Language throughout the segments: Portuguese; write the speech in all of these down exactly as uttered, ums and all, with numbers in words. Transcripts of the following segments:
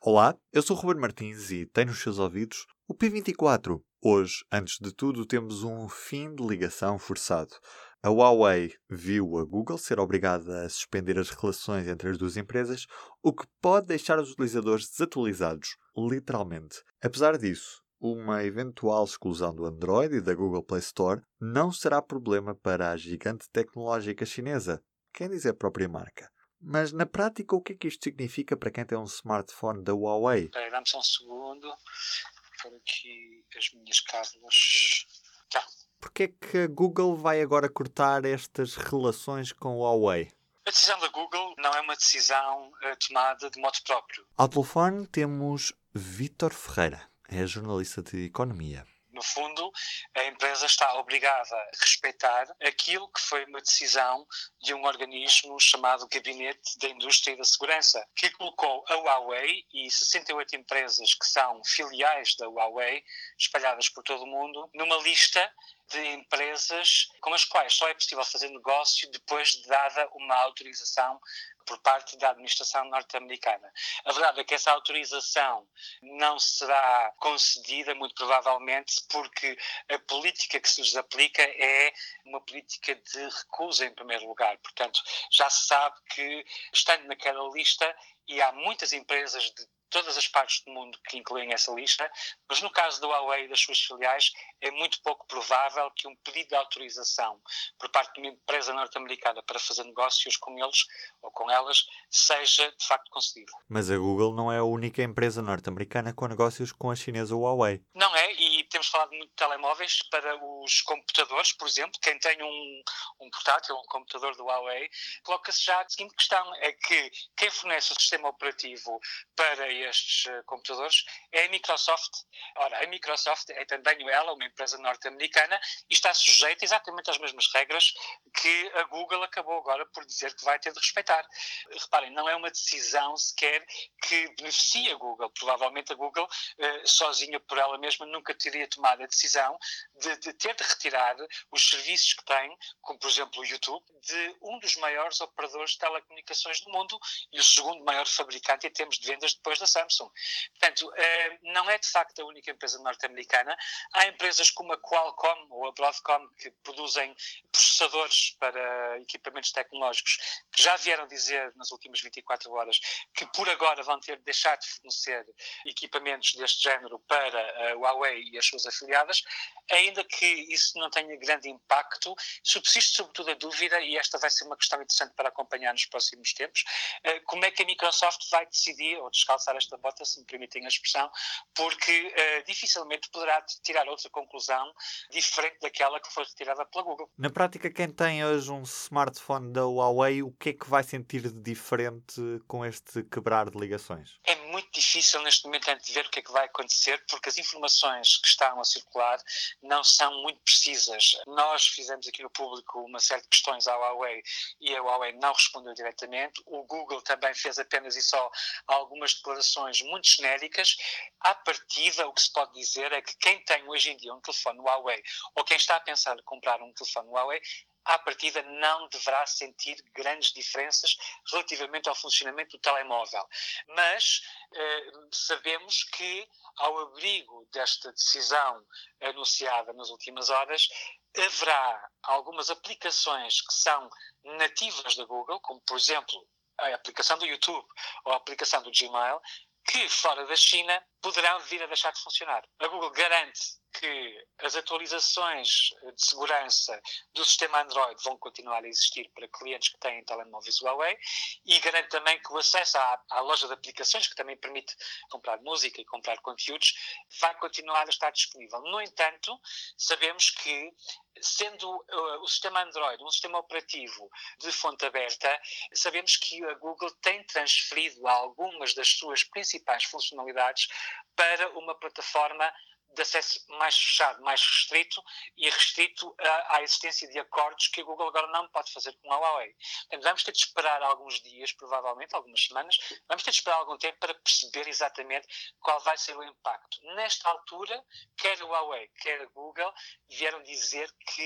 Olá, eu sou o Ruben Martins e tem nos seus ouvidos o P vinte e quatro. Hoje, antes de tudo, temos um fim de ligação forçado. A Huawei viu a Google ser obrigada a suspender as relações entre as duas empresas, o que pode deixar os utilizadores desatualizados, literalmente. Apesar disso, uma eventual exclusão do Android e da Google Play Store não será problema para a gigante tecnológica chinesa, quem diz é a própria marca. Mas, na prática, o que é que isto significa para quem tem um smartphone da Huawei? Espera aí, dá-me só um segundo. Por aqui as minhas cábulas. Tá. Porquê é que a Google vai agora cortar estas relações com a Huawei? A decisão da Google não é uma decisão uh, tomada de modo próprio. Ao telefone temos Vítor Ferreira, é jornalista de Economia. No fundo, a empresa está obrigada a respeitar aquilo que foi uma decisão de um organismo chamado Gabinete da Indústria e da Segurança, que colocou a Huawei e sessenta e oito empresas que são filiais da Huawei, espalhadas por todo o mundo, numa lista de empresas com as quais só é possível fazer negócio depois de dada uma autorização por parte da administração norte-americana. A verdade é que essa autorização não será concedida, muito provavelmente, porque a política que se lhes aplica é uma política de recusa, em primeiro lugar. Portanto, já se sabe que, estando naquela lista, e há muitas empresas de todas as partes do mundo que incluem essa lista, mas no caso da Huawei e das suas filiais, é muito pouco provável que um pedido de autorização por parte de uma empresa norte-americana para fazer negócios com eles ou com elas seja de facto concedido. Mas a Google não é a única empresa norte-americana com negócios com a chinesa Huawei. Não é, e temos falado muito de telemóveis para os computadores, por exemplo. Quem tem um, um portátil, um computador do Huawei, coloca-se já a seguinte questão, é que quem fornece o sistema operativo para estes uh, computadores é a Microsoft. Ora, a Microsoft é também ela, uma empresa norte-americana, e está sujeita exatamente às mesmas regras que a Google acabou agora por dizer que vai ter de respeitar. Reparem, não é uma decisão sequer que beneficia a Google. Provavelmente a Google, uh, sozinha por ela mesma, nunca teria tomado a decisão de, de ter de retirar os serviços que tem, como por exemplo o YouTube, de um dos maiores operadores de telecomunicações do mundo e o segundo maior fabricante em termos de vendas depois da Samsung. Portanto, uh, não é de facto a única empresa norte-americana. Há empresas como a Qualcomm ou a Broadcom que produzem processadores para equipamentos tecnológicos que já vieram dizer nas últimas vinte e quatro horas que por agora vão ter de deixar de fornecer equipamentos deste género para a Huawei e as suas afiliadas, ainda que isso não tenha grande impacto. Subsiste sobretudo a dúvida, e esta vai ser uma questão interessante para acompanhar nos próximos tempos, como é que a Microsoft vai decidir, ou descalçar esta bota, se me permitem a expressão, porque uh, dificilmente poderá tirar outra conclusão diferente daquela que foi retirada pela Google. Na prática, quem tem hoje um smartphone da Huawei, o que é que vai sentir de diferente com este quebrar de ligações? É muito difícil neste momento antever o que é que vai acontecer, porque as informações que estão a circular não são muito precisas. Nós fizemos aqui no público uma série de questões à Huawei e a Huawei não respondeu diretamente. O Google também fez apenas e só algumas declarações muito genéricas. À partida, o que se pode dizer é que quem tem hoje em dia um telefone Huawei ou quem está a pensar em comprar um telefone Huawei, à partida não deverá sentir grandes diferenças relativamente ao funcionamento do telemóvel. Mas eh, sabemos que, ao abrigo desta decisão anunciada nas últimas horas, haverá algumas aplicações que são nativas da Google, como por exemplo a aplicação do YouTube ou a aplicação do Gmail, que fora da China poderão vir a deixar de funcionar. A Google garante que as atualizações de segurança do sistema Android vão continuar a existir para clientes que têm telemóveis Huawei e garante também que o acesso à, à loja de aplicações, que também permite comprar música e comprar conteúdos, vai continuar a estar disponível. No entanto, sabemos que, sendo uh, o sistema Android um sistema operativo de fonte aberta, sabemos que a Google tem transferido algumas das suas principais funcionalidades para uma plataforma de acesso mais fechado, mais restrito e restrito à, à existência de acordos que a Google agora não pode fazer com a Huawei. Portanto, vamos ter de esperar alguns dias, provavelmente, algumas semanas, vamos ter de esperar algum tempo para perceber exatamente qual vai ser o impacto. Nesta altura, quer a Huawei, quer a Google, vieram dizer que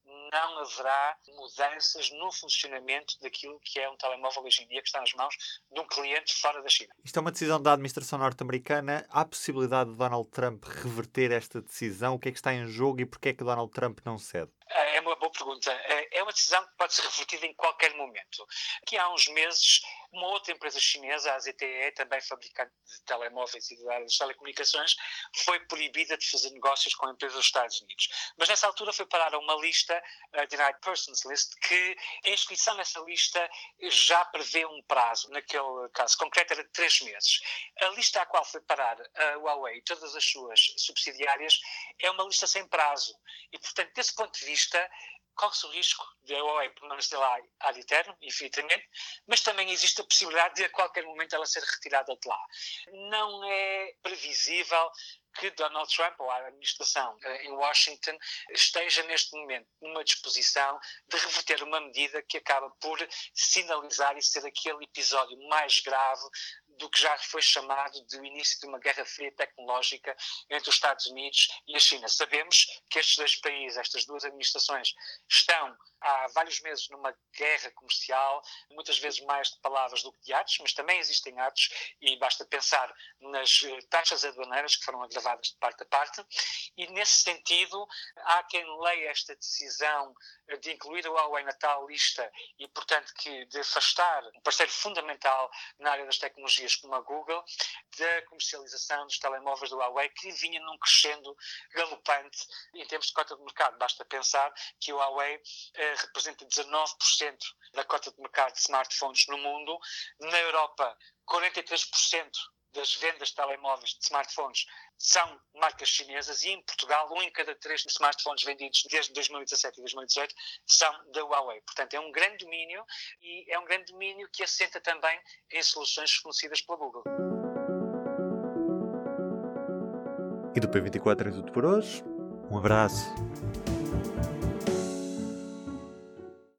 não haverá mudanças no funcionamento daquilo que é um telemóvel hoje em dia que está nas mãos de um cliente fora da China. Isto é uma decisão da administração norte-americana. Há possibilidade de Donald Trump reverter esta decisão? O que é que está em jogo e porquê é que Donald Trump não cede? É uma boa pergunta. É uma decisão que pode ser revertida em qualquer momento. Aqui há uns meses, uma outra empresa chinesa, a Z T E, também fabricante de telemóveis e de área das telecomunicações, foi proibida de fazer negócios com empresas dos Estados Unidos. Mas nessa altura foi parar a uma lista, a Denied Persons List, que a inscrição nessa lista já prevê um prazo. Naquele caso concreto era de três meses. A lista à qual foi parar a Huawei e todas as suas subsidiárias é uma lista sem prazo. E, portanto, desse ponto de vista, corre-se o risco de a Huawei permanecer lá ad eterno, infinitamente, mas também existe a possibilidade de a qualquer momento ela ser retirada de lá. Não é previsível que Donald Trump ou a administração em Washington esteja neste momento numa disposição de reverter uma medida que acaba por sinalizar e ser aquele episódio mais grave do que já foi chamado de início de uma guerra fria tecnológica entre os Estados Unidos e a China. Sabemos que estes dois países, estas duas administrações, estão há vários meses numa guerra comercial, muitas vezes mais de palavras do que de atos, mas também existem atos e basta pensar nas taxas aduaneiras que foram agravadas de parte a parte e, nesse sentido, há quem leia esta decisão de incluir a Huawei na tal lista e, portanto, que de afastar um parceiro fundamental na área das tecnologias como a Google da comercialização dos telemóveis da Huawei, que vinha num crescendo galopante em termos de cota de mercado. Basta pensar que a Huawei eh, representa dezanove por cento da cota de mercado de smartphones no mundo. Na Europa, quarenta e três por cento das vendas de telemóveis de smartphones são marcas chinesas e em Portugal um em cada três smartphones vendidos desde dois mil e dezassete e dois mil e dezoito são da Huawei. Portanto, é um grande domínio e é um grande domínio que assenta também em soluções fornecidas pela Google. E do P vinte e quatro é tudo por hoje. Um abraço.